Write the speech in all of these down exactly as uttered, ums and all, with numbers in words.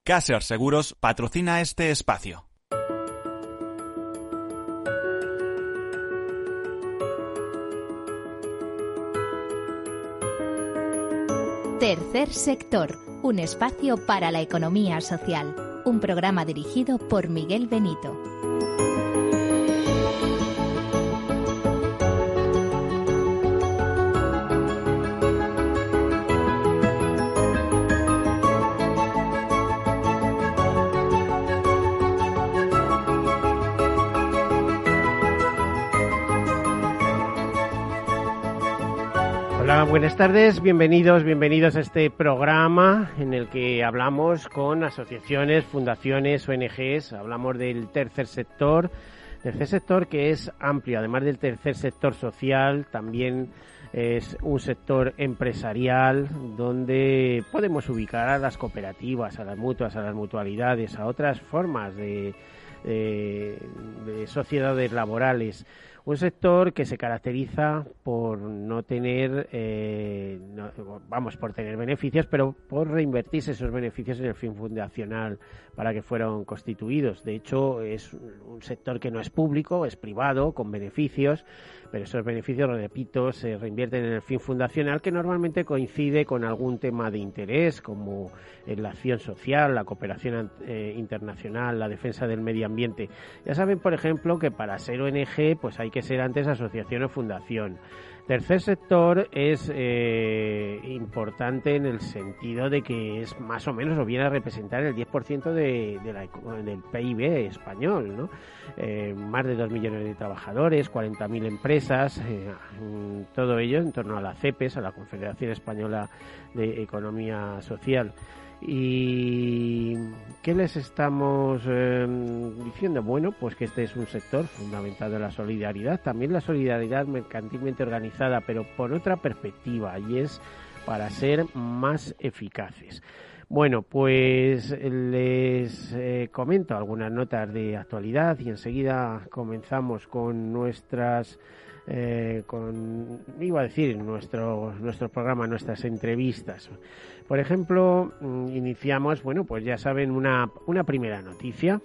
Caser Seguros patrocina este espacio. Tercer sector, un espacio para la economía social. Un programa dirigido por Miguel Benito. Hola, buenas tardes, bienvenidos, bienvenidos a este programa en el que hablamos con asociaciones, fundaciones, O N Ges, hablamos del tercer sector, tercer sector que es amplio, además del tercer sector social, también es un sector empresarial donde podemos ubicar a las cooperativas, a las mutuas, a las mutualidades, a otras formas de, de, de sociedades laborales. Un sector que se caracteriza por no tener, eh, no, vamos, por tener beneficios, pero por reinvertirse esos beneficios en el fin fundacional para que fueron constituidos. De hecho, es un sector que no es público, es privado, con beneficios, pero esos beneficios, repito, se reinvierten en el fin fundacional, que normalmente coincide con algún tema de interés, como la acción social, la cooperación eh, internacional, la defensa del medio ambiente. Ya saben, por ejemplo, que para ser O N Ge, pues hay que ser antes asociación o fundación. Tercer sector es eh, importante en el sentido de que es más o menos o viene a representar el diez por ciento de, de la, del P I B español, ¿no? Eh, más de dos millones de trabajadores, cuarenta mil empresas, eh, todo ello en torno a la CEPES, a la Confederación Española de Economía Social. ¿Y qué les estamos eh, diciendo? Bueno, pues que este es un sector fundamentado en la solidaridad, también la solidaridad mercantilmente organizada, pero por otra perspectiva, y es para ser más eficaces. Bueno, pues les eh, comento algunas notas de actualidad y enseguida comenzamos con nuestras... Eh, con, iba a decir, nuestro, nuestro programa, nuestras entrevistas. Por ejemplo, iniciamos, bueno, pues ya saben, una, una primera noticia.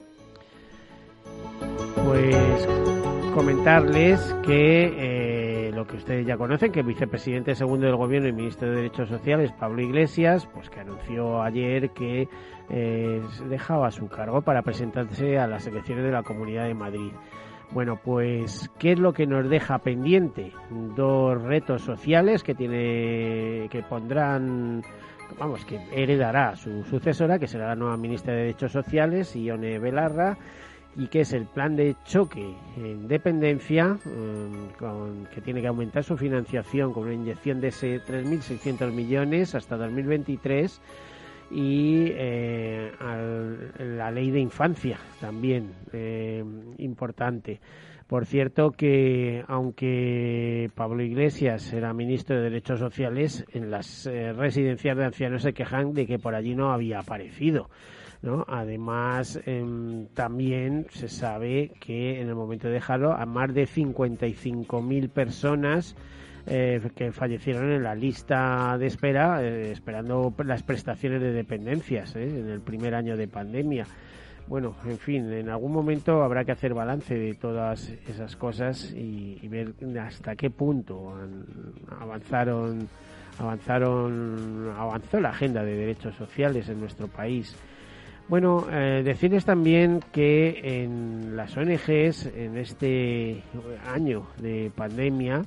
Pues comentarles que eh, lo que ustedes ya conocen, que el vicepresidente segundo del Gobierno y ministro de Derechos Sociales, Pablo Iglesias, pues que anunció ayer que eh, dejaba su cargo para presentarse a las elecciones de la Comunidad de Madrid. Bueno, pues, ¿qué es lo que nos deja pendiente? Dos retos sociales que tiene, que pondrán, vamos, que heredará su sucesora, que será la nueva ministra de Derechos Sociales, Ione Belarra, y que es el plan de choque en dependencia, eh, con, que tiene que aumentar su financiación con una inyección de ese tres mil seiscientos millones hasta dos mil veintitrés, y eh, al, la ley de infancia también eh, importante. Por cierto que aunque Pablo Iglesias era ministro de Derechos Sociales, en las eh, residencias de ancianos se quejan de que por allí no había aparecido, ¿no? Además, eh, también se sabe que en el momento de dejarlo a más de cincuenta y cinco mil personas Eh, que fallecieron en la lista de espera, eh, esperando las prestaciones de dependencias eh, en el primer año de pandemia. Bueno, en fin, en algún momento habrá que hacer balance de todas esas cosas y, y ver hasta qué punto han, avanzaron, avanzaron, avanzó la agenda de derechos sociales en nuestro país. Bueno, eh, decirles también que en las O N Ges, en este año de pandemia,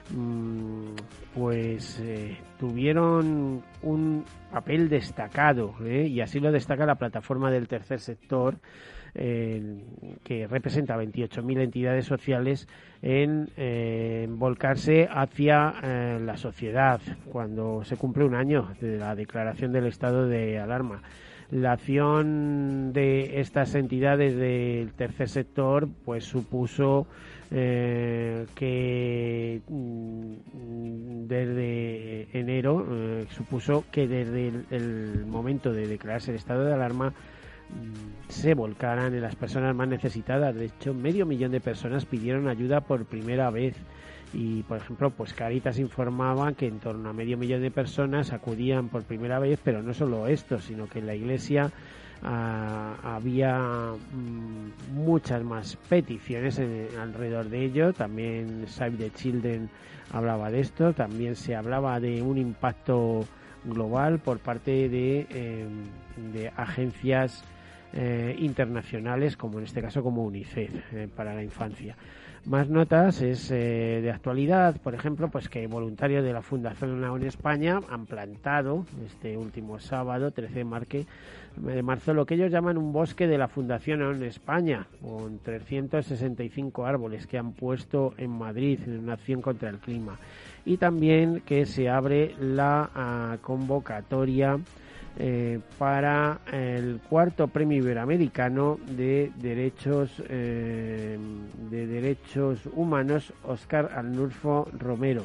pues eh, tuvieron un papel destacado eh, y así lo destaca la plataforma del tercer sector, eh, que representa veintiocho mil entidades sociales, en eh, volcarse hacia eh, la sociedad cuando se cumple un año de la declaración del estado de alarma. La acción de estas entidades del tercer sector pues supuso eh, que mm, desde enero eh, supuso que desde el, el momento de declararse el estado de alarma mm, se volcaran en las personas más necesitadas. De hecho, medio millón de personas pidieron ayuda por primera vez Y, por ejemplo, pues Cáritas informaba que en torno a medio millón de personas acudían por primera vez, pero no solo esto, sino que en la Iglesia ah, había mm, muchas más peticiones en, alrededor de ello. También Save the Children hablaba de esto. También se hablaba de un impacto global por parte de, eh, de agencias eh, internacionales, como en este caso como UNICEF, eh, para la infancia. Más notas es eh, de actualidad, por ejemplo, pues que voluntarios de la Fundación A O N España han plantado este último sábado, trece de marzo, lo que ellos llaman un bosque de la Fundación A O N España, con trescientos sesenta y cinco árboles que han puesto en Madrid en una acción contra el clima. Y también que se abre la uh, convocatoria Eh, para el cuarto premio iberoamericano de derechos eh, de derechos humanos Óscar Arnulfo Romero.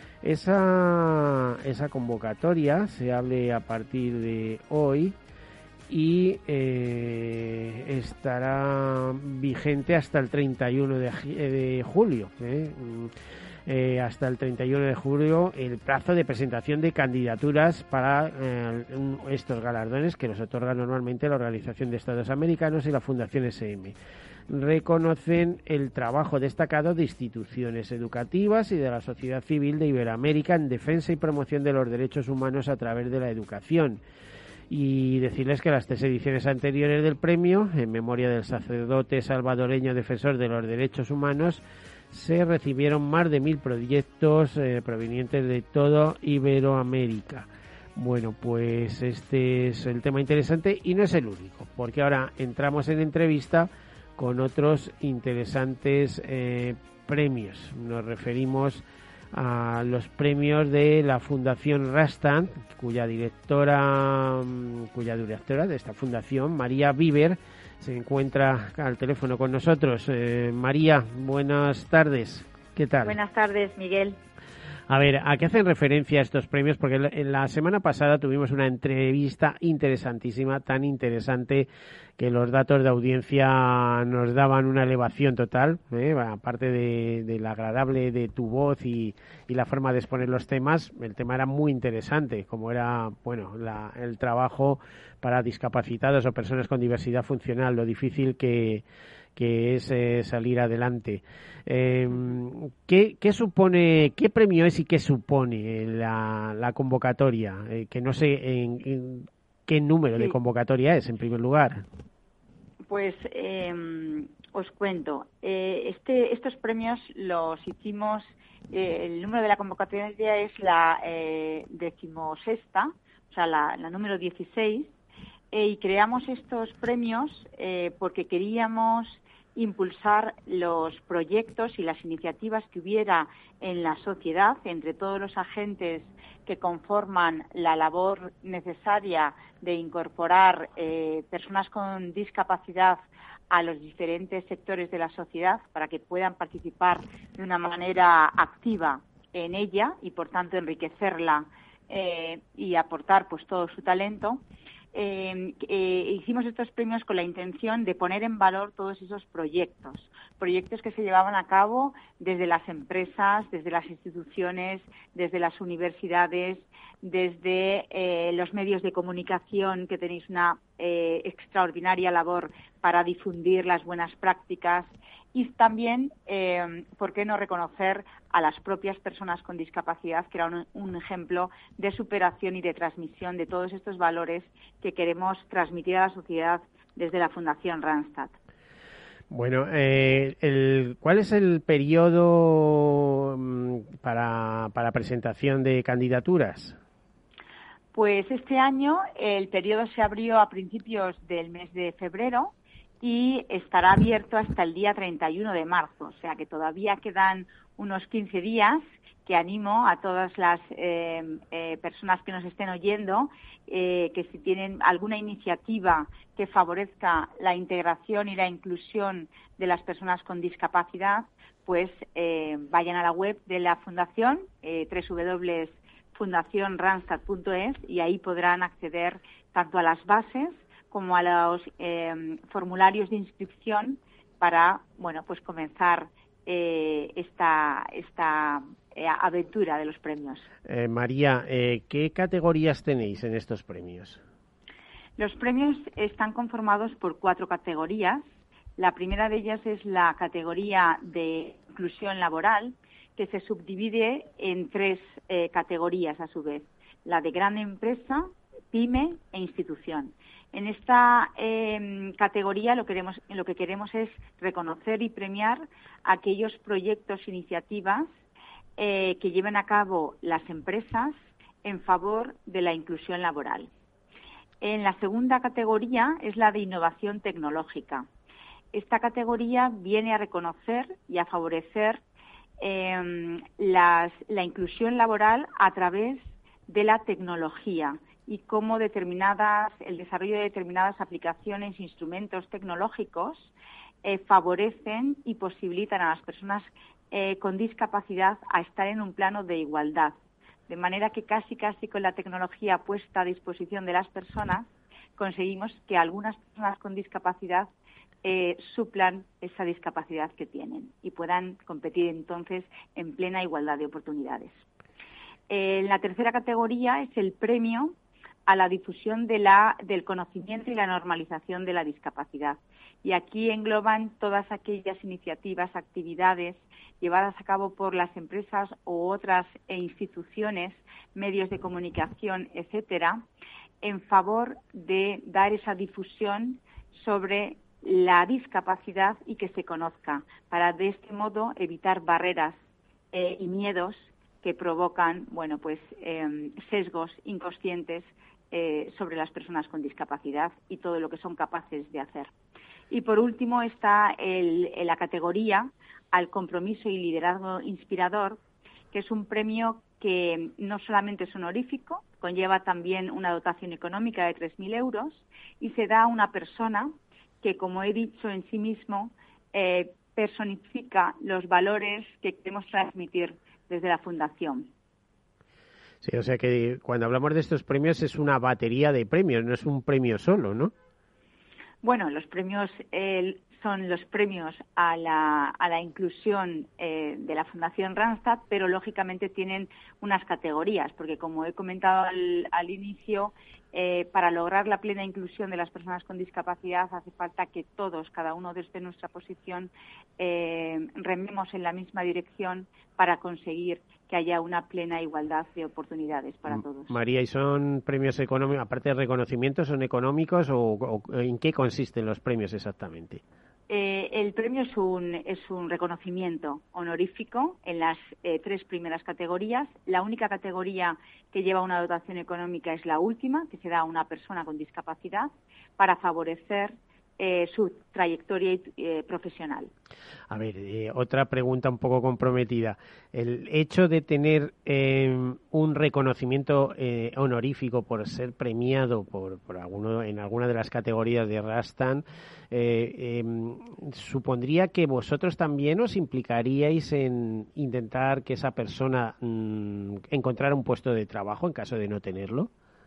Esa esa convocatoria se abre a partir de hoy y eh, estará vigente hasta el treinta y uno de, de julio. ¿eh? Eh, hasta el treinta y uno de julio el plazo de presentación de candidaturas para eh, estos galardones que los otorga normalmente la Organización de Estados Americanos y la Fundación S M. Reconocen el trabajo destacado de instituciones educativas y de la sociedad civil de Iberoamérica en defensa y promoción de los derechos humanos a través de la educación. Y decirles que las tres ediciones anteriores del premio, en memoria del sacerdote salvadoreño defensor de los derechos humanos, se recibieron más de mil proyectos eh, provenientes de toda Iberoamérica. Bueno, pues este es el tema interesante y no es el único, porque ahora entramos en entrevista con otros interesantes eh, premios. Nos referimos a los premios de la Fundación Randstad, cuya directora, cuya directora de esta fundación, María Viver, se encuentra al teléfono con nosotros. Eh, María, buenas tardes. ¿Qué tal? Buenas tardes, Miguel. A ver, ¿a qué hacen referencia estos premios? Porque en la semana pasada tuvimos una entrevista interesantísima, tan interesante que los datos de audiencia nos daban una elevación total, ¿eh? Aparte de, de la agradable de tu voz y, y la forma de exponer los temas, el tema era muy interesante, como era, bueno, la, el trabajo para discapacitados o personas con diversidad funcional, lo difícil que que es eh, salir adelante. Eh, ¿qué, ¿Qué supone, qué premio es y qué supone la, la convocatoria? Eh, que no sé en, en qué número sí. de convocatoria es, en primer lugar. Pues eh, os cuento. Eh, este, estos premios los hicimos, eh, el número de la convocatoria es la eh, decimosexta, o sea, la, la número dieciséis, eh, y creamos estos premios eh, porque queríamos impulsar los proyectos y las iniciativas que hubiera en la sociedad entre todos los agentes que conforman la labor necesaria de incorporar eh, personas con discapacidad a los diferentes sectores de la sociedad para que puedan participar de una manera activa en ella y, por tanto, enriquecerla eh, y aportar pues todo su talento. Eh, eh, hicimos estos premios con la intención de poner en valor todos esos proyectos, proyectos que se llevaban a cabo desde las empresas, desde las instituciones, desde las universidades, desde eh, los medios de comunicación, que tenéis una eh, extraordinaria labor para difundir las buenas prácticas, y también, eh, ¿por qué no reconocer a las propias personas con discapacidad, que era un, un ejemplo de superación y de transmisión de todos estos valores que queremos transmitir a la sociedad desde la Fundación Randstad? Bueno, eh, el, ¿cuál es el periodo para, para presentación de candidaturas? Pues este año el periodo se abrió a principios del mes de febrero y estará abierto hasta el día treinta y uno de marzo, o sea que todavía quedan unos quince días, que animo a todas las eh, eh, personas que nos estén oyendo eh, que si tienen alguna iniciativa que favorezca la integración y la inclusión de las personas con discapacidad, pues eh, vayan a la web de la Fundación, eh, doble u doble u doble u punto fundación randstad punto es, y ahí podrán acceder tanto a las bases como a los eh, formularios de inscripción para, bueno, pues comenzar eh, esta, esta eh, aventura de los premios. Eh, María, eh, ¿qué categorías tenéis en estos premios? Los premios están conformados por cuatro categorías. La primera de ellas es la categoría de inclusión laboral, que se subdivide en tres eh, categorías a su vez: la de gran empresa, pyme e institución. En esta eh, categoría lo, queremos, lo que queremos es reconocer y premiar aquellos proyectos, iniciativas eh, que lleven a cabo las empresas en favor de la inclusión laboral. En la segunda categoría es la de innovación tecnológica. Esta categoría viene a reconocer y a favorecer eh, las, la inclusión laboral a través de la tecnología y cómo determinadas, el desarrollo de determinadas aplicaciones, instrumentos tecnológicos eh, favorecen y posibilitan a las personas eh, con discapacidad a estar en un plano de igualdad. De manera que casi, casi con la tecnología puesta a disposición de las personas, conseguimos que algunas personas con discapacidad eh, suplan esa discapacidad que tienen y puedan competir entonces en plena igualdad de oportunidades. Eh, la tercera categoría es el premio a la difusión de la, del conocimiento y la normalización de la discapacidad. Y aquí engloban todas aquellas iniciativas, actividades llevadas a cabo por las empresas u otras instituciones, medios de comunicación, etcétera, en favor de dar esa difusión sobre la discapacidad y que se conozca, para de este modo evitar barreras eh, y miedos que provocan, bueno, pues eh, sesgos inconscientes eh, sobre las personas con discapacidad y todo lo que son capaces de hacer. Y por último está el, la categoría al compromiso y liderazgo inspirador, que es un premio que no solamente es honorífico, conlleva también una dotación económica de tres mil euros y se da a una persona que, como he dicho en sí mismo, eh, personifica los valores que queremos transmitir desde la Fundación. Sí, o sea que cuando hablamos de estos premios es una batería de premios, no es un premio solo, ¿no? Bueno, los premios eh, son los premios a la, a la inclusión eh, de la Fundación Randstad, pero lógicamente tienen unas categorías, porque como he comentado al, al inicio, eh, para lograr la plena inclusión de las personas con discapacidad hace falta que todos, cada uno desde nuestra posición, eh, rememos en la misma dirección para conseguir que haya una plena igualdad de oportunidades para todos. María, ¿y son premios económicos, aparte de reconocimientos, son económicos o, o en qué consisten los premios exactamente? Eh, el premio es un, es un reconocimiento honorífico en las eh, tres primeras categorías. La única categoría que lleva una dotación económica es la última, que se da a una persona con discapacidad para favorecer Eh, su trayectoria eh, profesional. A ver, eh, otra pregunta un poco comprometida. El hecho de tener eh, un reconocimiento eh, honorífico por ser premiado por, por alguno en alguna de las categorías de Randstad, eh, eh, ¿supondría que vosotros también os implicaríais en intentar que esa persona mmm, encontrara un puesto de trabajo en caso de no tenerlo?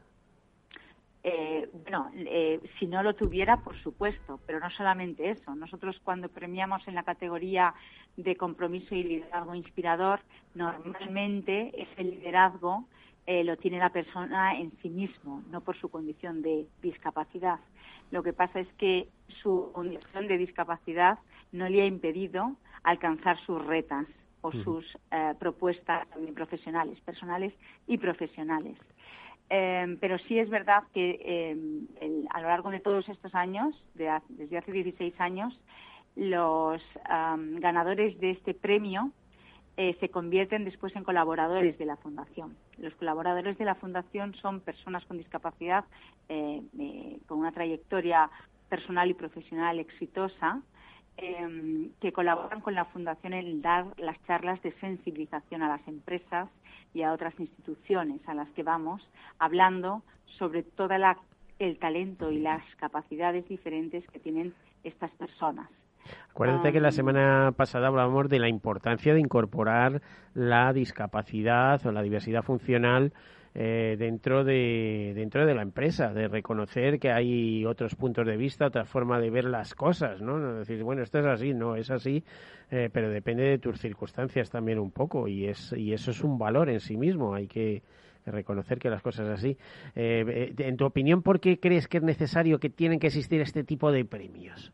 Eh, bueno, eh, si no lo tuviera, por supuesto, pero no solamente eso. Nosotros cuando premiamos en la categoría de compromiso y liderazgo inspirador, normalmente ese liderazgo eh, lo tiene la persona en sí mismo, no por su condición de discapacidad. Lo que pasa es que su condición de discapacidad no le ha impedido alcanzar sus retas o sus eh, propuestas también profesionales, personales y profesionales. Eh, pero sí es verdad que eh, el, a lo largo de todos estos años, de, desde hace dieciséis años, los um, ganadores de este premio eh, se convierten después en colaboradores de la Fundación. Los colaboradores de la Fundación son personas con discapacidad, eh, eh, con una trayectoria personal y profesional exitosa, eh, que colaboran con la Fundación en dar las charlas de sensibilización a las empresas y a otras instituciones a las que vamos, hablando sobre todo la, el talento y las capacidades diferentes que tienen estas personas. Acuérdate um, que la semana pasada hablábamos de la importancia de incorporar la discapacidad o la diversidad funcional eh, dentro de dentro de la empresa, de reconocer que hay otros puntos de vista, otra forma de ver las cosas, ¿no? No decir, bueno, esto es así, no, es así, eh, pero depende de tus circunstancias también un poco, y es y eso es un valor en sí mismo, hay que reconocer que las cosas así. Eh, en tu opinión, ¿por qué crees que es necesario que tienen que existir este tipo de premios?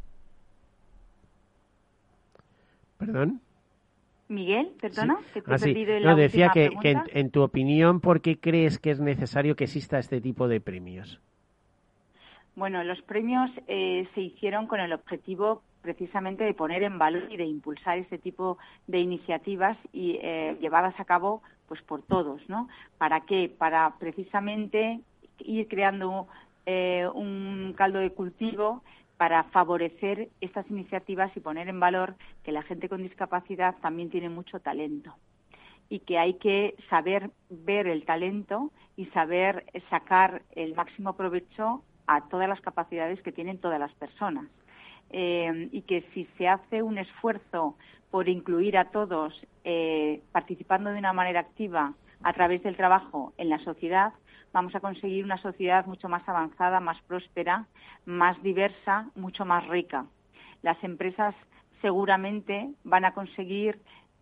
¿Perdón? Miguel, perdona, sí. que te he ah, sí. perdido en no, la decía última que, pregunta. que en, en tu opinión, ¿por qué crees que es necesario que exista este tipo de premios? Bueno, los premios eh, se hicieron con el objetivo precisamente de poner en valor y de impulsar este tipo de iniciativas y eh, llevadas a cabo pues por todos, ¿no? ¿Para qué? Para precisamente ir creando eh, un caldo de cultivo para favorecer estas iniciativas y poner en valor que la gente con discapacidad también tiene mucho talento y que hay que saber ver el talento y saber sacar el máximo provecho a todas las capacidades que tienen todas las personas. Eh, y que si se hace un esfuerzo por incluir a todos eh, participando de una manera activa a través del trabajo en la sociedad, vamos a conseguir una sociedad mucho más avanzada, más próspera, más diversa, mucho más rica. Las empresas seguramente van a conseguir,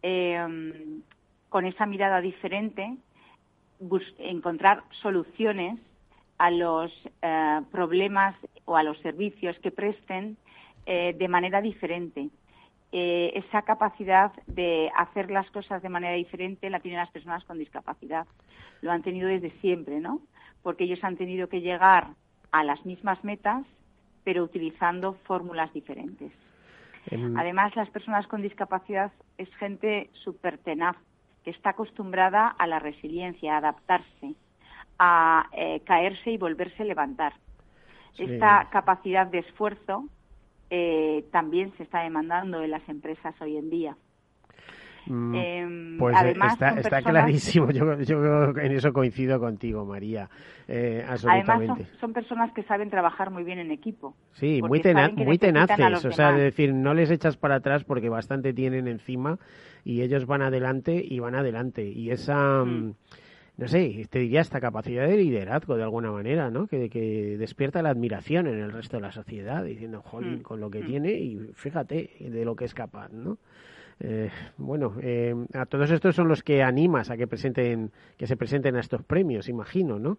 eh, con esa mirada diferente, bus- encontrar soluciones a los eh, problemas o a los servicios que presten eh, de manera diferente. Eh, esa capacidad de hacer las cosas de manera diferente la tienen las personas con discapacidad. Lo han tenido desde siempre, ¿no? Porque ellos han tenido que llegar a las mismas metas, pero utilizando fórmulas diferentes. Um... Además, las personas con discapacidad es gente súper tenaz, que está acostumbrada a la resiliencia, a adaptarse, a eh, caerse y volverse a levantar. Sí. Esta capacidad de esfuerzo eh, también se está demandando en las empresas hoy en día. Mm, eh, pues además, está, está personas... clarísimo, yo, yo en eso coincido contigo, María, eh, absolutamente. Además son, son personas que saben trabajar muy bien en equipo. Sí, muy, tena muy tenaces, o sea, es decir, no les echas para atrás porque bastante tienen encima y ellos van adelante y van adelante. Y esa... Mm. no sé, te diría esta capacidad de liderazgo de alguna manera, ¿no? Que, que despierta la admiración en el resto de la sociedad, diciendo, jolín, mm. con lo que mm. tiene y fíjate de lo que es capaz, ¿no? Eh, bueno, eh, a todos estos son los que animas a que presenten, que se presenten a estos premios, imagino, ¿no?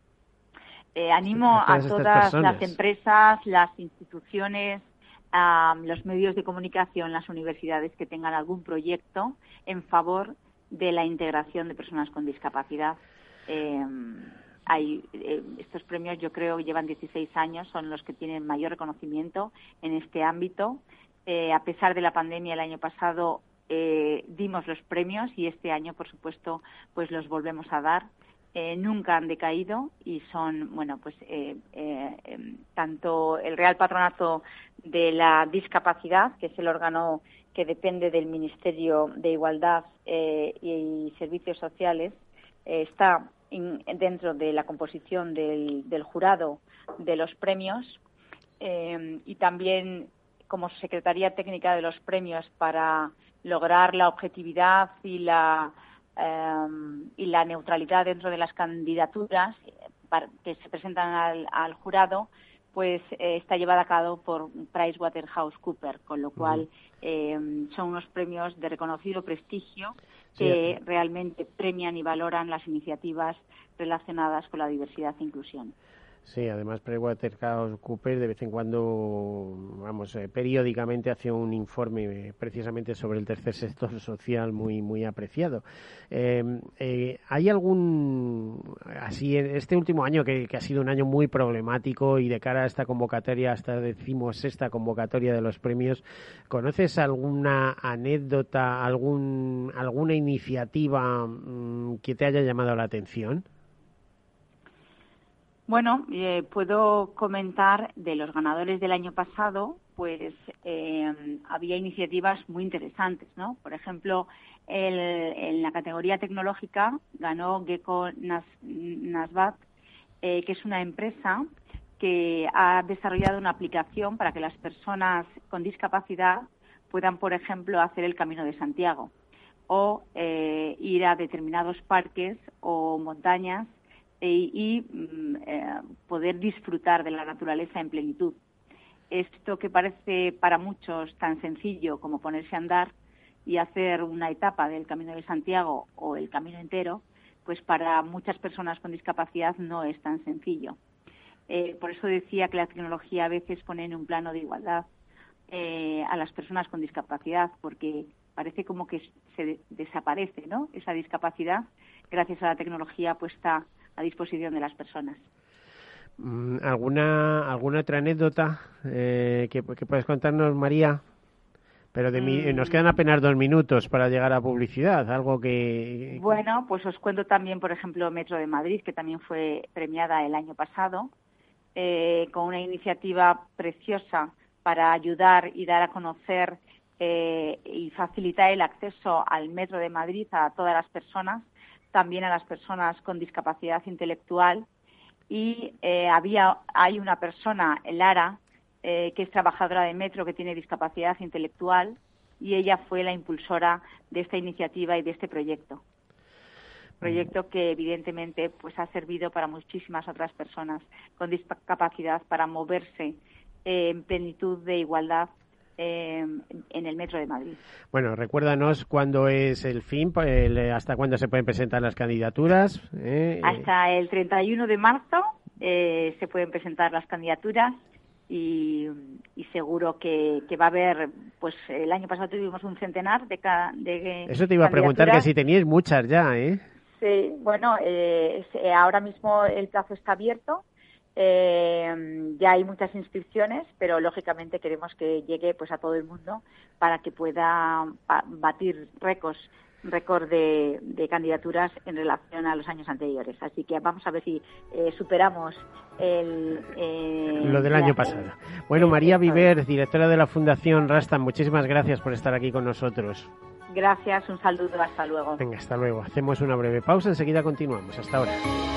Eh, animo a todas, a todas las empresas, las instituciones, um, los medios de comunicación, las universidades que tengan algún proyecto en favor de la integración de personas con discapacidad. Eh, hay eh, estos premios, yo creo, llevan dieciséis años, son los que tienen mayor reconocimiento en este ámbito. Eh, a pesar de la pandemia, el año pasado eh, dimos los premios y este año, por supuesto, pues los volvemos a dar. Eh, nunca han decaído y son, bueno, pues eh, eh, eh, tanto el Real Patronato de la Discapacidad, que es el órgano que depende del Ministerio de Igualdad eh, y Servicios Sociales, eh, está in, dentro de la composición del, del jurado de los premios eh, y también como Secretaría Técnica de los premios para lograr la objetividad y la eh, y la neutralidad dentro de las candidaturas para, que se presentan al, al jurado, pues eh, está llevada a cabo por PricewaterhouseCoopers, con lo cual eh, son unos premios de reconocido prestigio que sí. realmente premian y valoran las iniciativas relacionadas con la diversidad e inclusión. Sí, además PricewaterhouseCoopers de vez en cuando, vamos, eh, periódicamente hace un informe eh, precisamente sobre el tercer sector social muy muy apreciado. Eh, eh, ¿Hay algún, así, en este último año que, que ha sido un año muy problemático y de cara a esta convocatoria, hasta decimos esta convocatoria de los premios, ¿conoces alguna anécdota, algún alguna iniciativa mmm, que te haya llamado la atención? Bueno, eh, puedo comentar de los ganadores del año pasado, pues eh, había iniciativas muy interesantes, ¿no? Por ejemplo, el, en la categoría tecnológica ganó Gecko Nas, Nasbat, eh, que es una empresa que ha desarrollado una aplicación para que las personas con discapacidad puedan, por ejemplo, hacer el Camino de Santiago. o eh, ir a determinados parques o montañas y, y eh, poder disfrutar de la naturaleza en plenitud. Esto que parece para muchos tan sencillo como ponerse a andar y hacer una etapa del Camino de Santiago o el camino entero, pues para muchas personas con discapacidad no es tan sencillo. Eh, por eso decía que la tecnología a veces pone en un plano de igualdad eh, a las personas con discapacidad, porque parece como que se de- desaparece, ¿no?, esa discapacidad gracias a la tecnología puesta a disposición de las personas. ¿Alguna alguna otra anécdota eh, que, que puedes contarnos, María? Pero de mi, nos quedan apenas dos minutos para llegar a publicidad, algo que... Bueno, pues os cuento también, por ejemplo, Metro de Madrid, que también fue premiada el año pasado, eh, con una iniciativa preciosa para ayudar y dar a conocer eh, y facilitar el acceso al Metro de Madrid a todas las personas, también a las personas con discapacidad intelectual. Y eh, había hay una persona, Lara, eh, que es trabajadora de Metro, que tiene discapacidad intelectual, y ella fue la impulsora de esta iniciativa y de este proyecto. Proyecto que evidentemente pues ha servido para muchísimas otras personas con discapacidad para moverse eh, en plenitud de igualdad eh, en el Metro de Madrid. Bueno, recuérdanos cuándo es el fin, el, hasta cuándo se pueden presentar las candidaturas. ¿eh? Hasta el treinta y uno de marzo eh, se pueden presentar las candidaturas. Y, y seguro que, que va a haber, pues el año pasado tuvimos un centenar de, ca, de Eso te iba a preguntar, que si teníais muchas ya, ¿eh? Sí, bueno, eh, ahora mismo el plazo está abierto, eh, ya hay muchas inscripciones, pero lógicamente queremos que llegue pues a todo el mundo para que pueda batir récords récord de, de candidaturas en relación a los años anteriores. Así que vamos a ver si eh, superamos el, eh, lo del año la, pasado. Bueno, el, María Viver, directora de la Fundación Rastan, muchísimas gracias por estar aquí con nosotros. Gracias, un saludo, hasta luego. Venga, hasta luego. Hacemos una breve pausa, enseguida continuamos. Hasta ahora.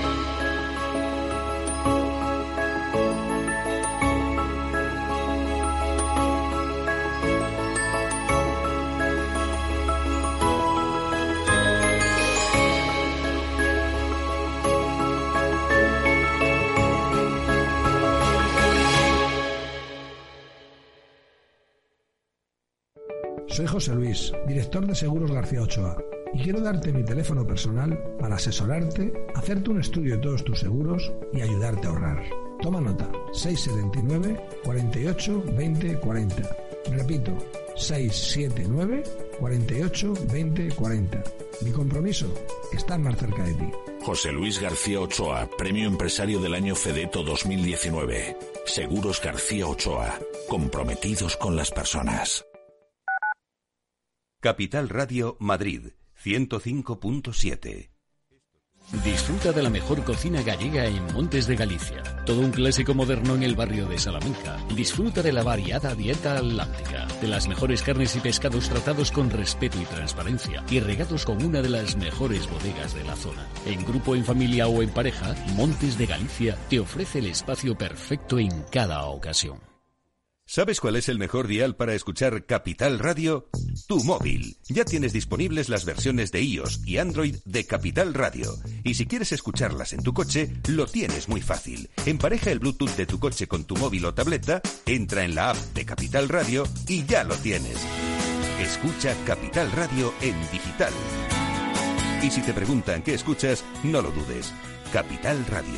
Soy José Luis, director de Seguros García Ochoa, y quiero darte mi teléfono personal para asesorarte, hacerte un estudio de todos tus seguros y ayudarte a ahorrar. Toma nota, seis siete nueve, cuatro ocho, veinte, cuarenta. Repito, seis siete nueve, cuatro ocho, veinte, cuarenta. Mi compromiso, estar más cerca de ti. José Luis García Ochoa, Premio Empresario del Año Fedeto dos mil diecinueve. Seguros García Ochoa, comprometidos con las personas. Capital Radio Madrid, ciento cinco punto siete. Disfruta de la mejor cocina gallega en Montes de Galicia. Todo un clásico moderno en el barrio de Salamanca. Disfruta de la variada dieta atlántica, de las mejores carnes y pescados tratados con respeto y transparencia y regados con una de las mejores bodegas de la zona. En grupo, en familia o en pareja, Montes de Galicia te ofrece el espacio perfecto en cada ocasión. ¿Sabes cuál es el mejor dial para escuchar Capital Radio? Tu móvil. Ya tienes disponibles las versiones de iOS y Android de Capital Radio. Y si quieres escucharlas en tu coche, lo tienes muy fácil. Empareja el Bluetooth de tu coche con tu móvil o tableta, entra en la app de Capital Radio y ya lo tienes. Escucha Capital Radio en digital. Y si te preguntan qué escuchas, no lo dudes. Capital Radio.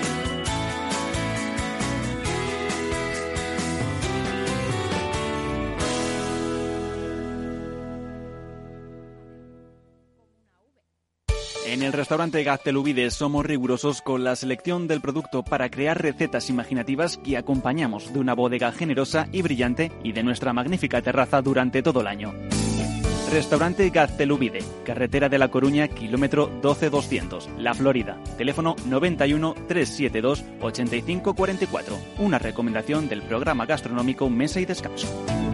En el restaurante Gaztelubides somos rigurosos con la selección del producto para crear recetas imaginativas que acompañamos de una bodega generosa y brillante y de nuestra magnífica terraza durante todo el año. Restaurante Gaztelubide, carretera de La Coruña, kilómetro doce doscientos, La Florida. Teléfono noventa y uno, trescientos setenta y dos, ochenta y cinco cuarenta y cuatro. Una recomendación del programa gastronómico Mesa y Descanso.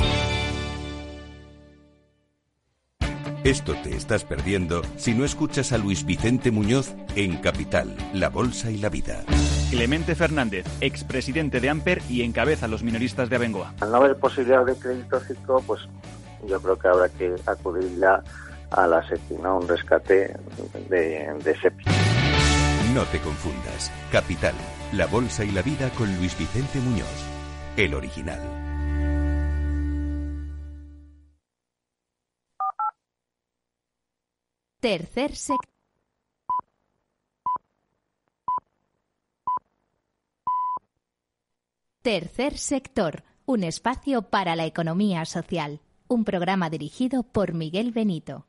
Esto te estás perdiendo si no escuchas a Luis Vicente Muñoz en Capital, La Bolsa y la Vida. Clemente Fernández, expresidente de Amper y encabeza a los minoristas de Abengoa. Al no haber posibilidad de crédito fijo, pues yo creo que habrá que acudir ya a la SEPI, ¿no? Un rescate de, de SEPI. No te confundas. Capital, la bolsa y la vida con Luis Vicente Muñoz, el original. Tercer sector. Tercer sector, un espacio para la economía social. Un programa dirigido por Miguel Benito.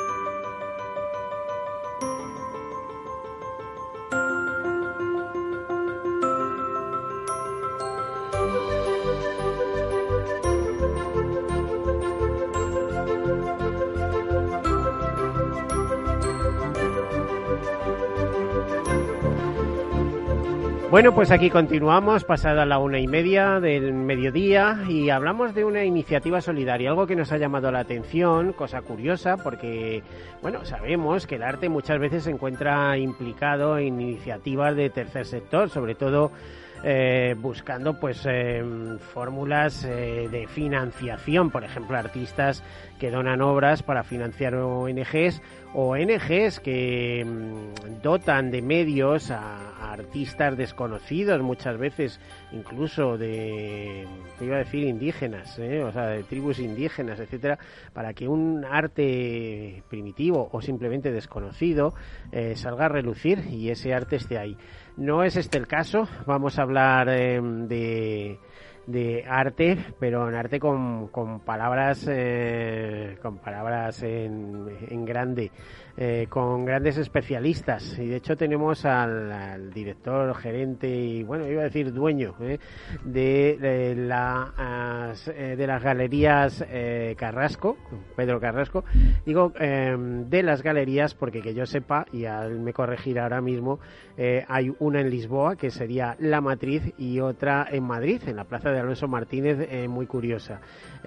Bueno, pues aquí continuamos, pasada la una y media del mediodía, y hablamos de una iniciativa solidaria, algo que nos ha llamado la atención, cosa curiosa, porque, bueno, sabemos que el arte muchas veces se encuentra implicado en iniciativas de tercer sector, sobre todo eh, buscando pues eh, fórmulas eh, de financiación, por ejemplo, artistas que donan obras para financiar O N Ges, o O N Ges que mmm, dotan de medios a, a artistas desconocidos, muchas veces incluso de, te iba a decir indígenas, ¿eh? o sea, de tribus indígenas, etcétera, para que un arte primitivo o simplemente desconocido eh, salga a relucir y ese arte esté ahí. No es este el caso, vamos a hablar eh, de... de arte, pero en arte con, con palabras eh, con palabras en, en grande, eh, con grandes especialistas, y de hecho tenemos al, al director, gerente y bueno, iba a decir dueño eh, de, de, la, as, eh, de las galerías eh, Carrasco, Pedro Carrasco, digo eh, de las galerías porque que yo sepa, y él me corregirá ahora mismo, eh, hay una en Lisboa que sería la matriz y otra en Madrid, en la plaza de Alonso Martínez, eh, muy curiosa.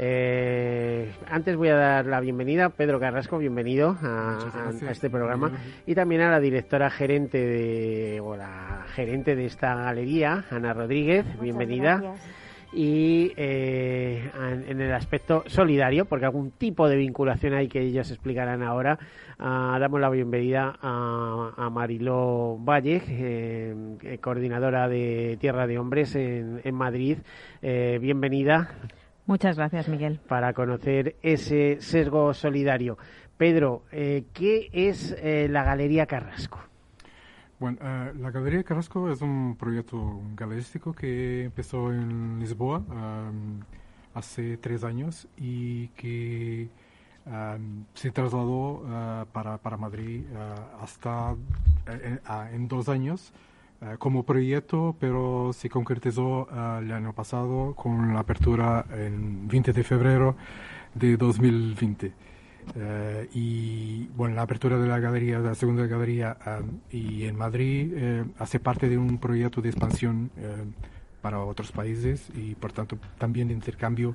Eh, antes voy a dar la bienvenida a Pedro Carrasco, bienvenido a, a, a este programa, y también a la directora gerente de, o la gerente de esta galería, Ana Rodríguez, muchas bienvenida. Gracias. Y eh, en el aspecto solidario, porque algún tipo de vinculación hay que ellos explicarán ahora, uh, damos la bienvenida a, a Mariló Valle, eh, coordinadora de Tierra de Hombres en, en Madrid. Eh, bienvenida. Muchas gracias, Miguel. Para conocer ese sesgo solidario. Pedro, eh, ¿qué es eh, la Galería Carrasco? Bueno, uh, la Galería Carrasco es un proyecto galerístico que empezó en Lisboa um, hace tres años y que um, se trasladó uh, para, para Madrid uh, hasta uh, en, uh, en dos años uh, como proyecto, pero se concretizó uh, el año pasado con la apertura el veinte de febrero de dos mil veinte. Uh, y bueno, la apertura de la galería, de la segunda galería um, y en Madrid uh, hace parte de un proyecto de expansión uh, para otros países y por tanto también de intercambio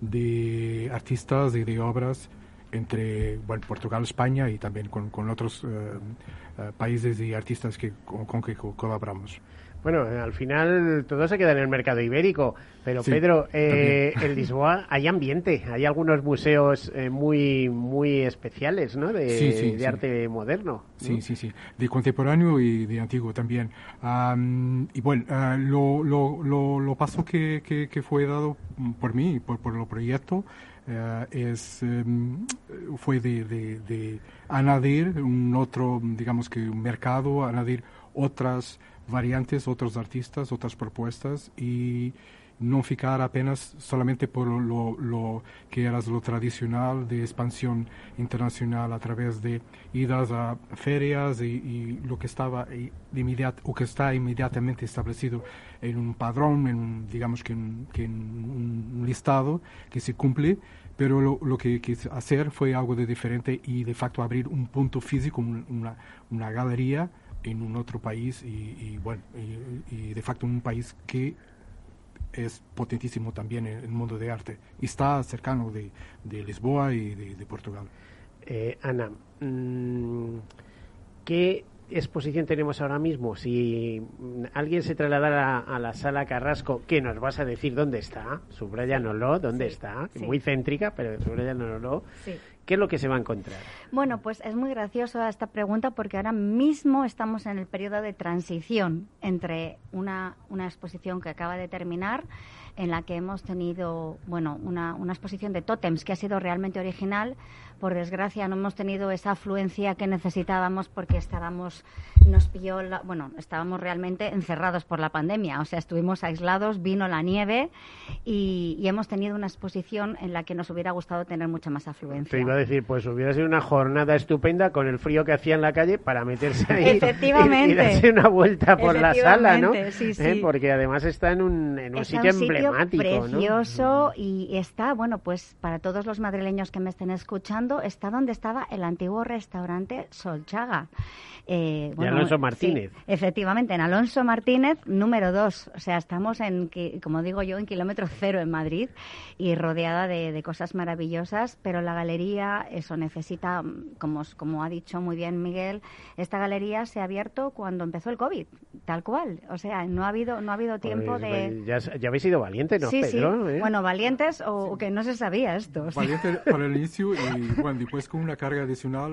de artistas y de obras entre bueno, Portugal, España y también con, con otros uh, uh, países y artistas que, con, con que colaboramos. Bueno, al final todo se queda en el mercado ibérico, pero sí, Pedro, eh, en Lisboa hay ambiente, hay algunos museos eh, muy muy especiales, ¿no? De, sí, sí, de sí. arte moderno, ¿no? Sí, sí, sí, de contemporáneo y de antiguo también. Um, y bueno, uh, lo, lo, lo, lo paso que, que, que fue dado por mí, por, por el proyecto, Uh, es um, fue de, de, de añadir un otro, digamos que un mercado, añadir otras variantes, otros artistas, otras propuestas y no ficar apenas solamente por lo, lo que era lo tradicional de expansión internacional a través de idas a ferias y, y lo que estaba de inmediato, o que está inmediatamente establecido en un padrón, en un, digamos que, en, que en un listado que se cumple, pero lo, lo que quise hacer fue algo de diferente y de facto abrir un punto físico, un, una, una galería en un otro país y, y bueno, y, y de facto un país que es potentísimo también en el mundo de arte y está cercano de, de Lisboa y de, de Portugal. Eh, Ana, ¿qué exposición tenemos ahora mismo? Si alguien se trasladara a la Sala Carrasco, que nos vas a decir dónde está, subrayanoslo, dónde sí, está, sí. Muy céntrica, pero subrayanoslo. Sí. ¿Qué es lo que se va a encontrar? Bueno, pues es muy graciosa esta pregunta porque ahora mismo estamos en el periodo de transición entre una, una exposición que acaba de terminar, en la que hemos tenido, bueno, una, una exposición de tótems que ha sido realmente original. Por desgracia no hemos tenido esa afluencia que necesitábamos porque estábamos, nos pilló, la, bueno, estábamos realmente encerrados por la pandemia, o sea, estuvimos aislados, vino la nieve y, y hemos tenido una exposición en la que nos hubiera gustado tener mucha más afluencia. Te iba a decir, pues hubiera sido una jornada estupenda con el frío que hacía en la calle para meterse ahí Efectivamente. y, y darse una vuelta por la sala, ¿no? Sí, sí. ¿Eh? Porque además está en un, en un está sitio un sitio emblemático, precioso, ¿no? Y está, bueno, pues para todos los madrileños que me estén escuchando, está donde estaba el antiguo restaurante Solchaga. Eh, de bueno, Alonso Martínez. Sí, efectivamente, en Alonso Martínez, número dos. O sea, estamos en, como digo yo, en kilómetro cero en Madrid y rodeada de, de cosas maravillosas, pero la galería, eso necesita, como, como ha dicho muy bien Miguel, esta galería se ha abierto cuando empezó el COVID, tal cual. O sea, no ha habido, no ha habido tiempo pues, de... Ya, ya habéis sido valientes, ¿no, sí, Pedro? Sí, ¿eh? Bueno, valientes o, o que no se sabía esto. Valiente para el inicio y bueno, después con una carga adicional,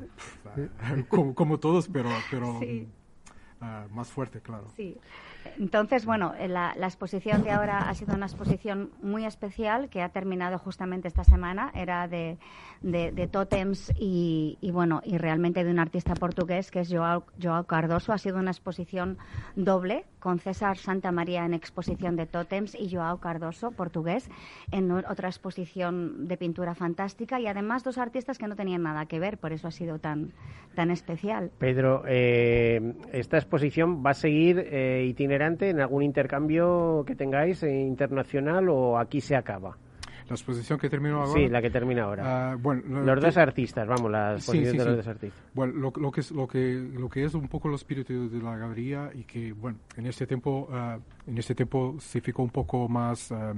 como, como todos, pero, pero sí. uh, más fuerte, claro. Sí. Entonces, bueno, la, la exposición de ahora ha sido una exposición muy especial que ha terminado justamente esta semana. Era de, de, de tótems y, y, bueno, y realmente de un artista portugués que es Joao, Joao Cardoso. Ha sido una exposición doble con César Santamaría en exposición de tótems y Joao Cardoso, portugués, en otra exposición de pintura fantástica y además dos artistas que no tenían nada que ver, por eso ha sido tan, tan especial. Pedro, eh, esta exposición va a seguir eh, itinerante en algún intercambio que tengáis eh, internacional o aquí se acaba. La exposición que terminó ahora. Sí, la que termina ahora. Uh, bueno, lo, los que, dos artistas, vamos, la exposición sí, sí, de los sí. dos artistas. Bueno, lo, lo que es lo que lo que es un poco el espíritu de la galería y que bueno, en este tiempo uh, en este tiempo se ficó un poco más um, uh,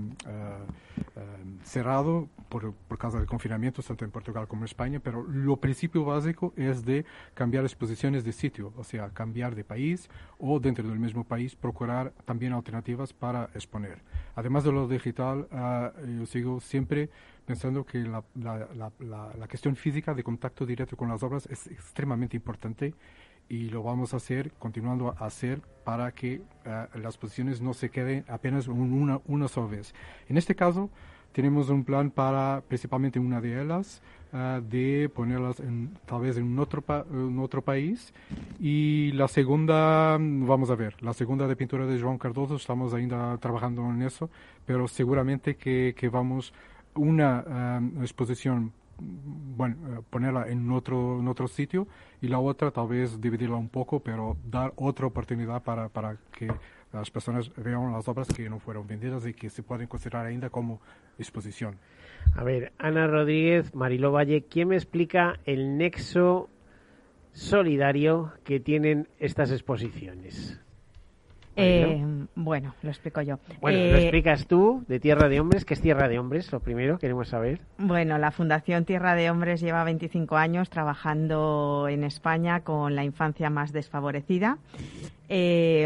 um, cerrado por por causa del confinamiento tanto en Portugal como en España, pero lo principio básico es de cambiar exposiciones de sitio, o sea, cambiar de país o dentro del mismo país procurar también alternativas para exponer. Además de lo digital, uh, yo sigo siempre pensando que la, la, la, la, la cuestión física de contacto directo con las obras es extremadamente importante y lo vamos a hacer, continuando a hacer para que uh, las exposiciones no se queden apenas una, una sola vez. En este caso, tenemos un plan para, principalmente una de ellas, uh, de ponerlas en, tal vez en un otro, pa en otro país. Y la segunda, vamos a ver, la segunda de pintura de João Cardoso, estamos ainda trabajando en eso, pero seguramente que, que vamos una um, exposición, bueno, uh, ponerla en otro, en otro sitio y la otra tal vez dividirla un poco, pero dar otra oportunidad para, para que las personas vean las obras que no fueron vendidas y que se pueden considerar ainda como exposición. A ver, Ana Rodríguez, Mariló Valle, ¿quién me explica el nexo solidario que tienen estas exposiciones? Eh, bueno, lo explico yo. Bueno, eh, lo explicas tú, de Tierra de Hombres. ¿Qué es Tierra de Hombres? Lo primero, queremos saber. Bueno, la Fundación Tierra de Hombres lleva veinticinco años trabajando en España con la infancia más desfavorecida. Eh,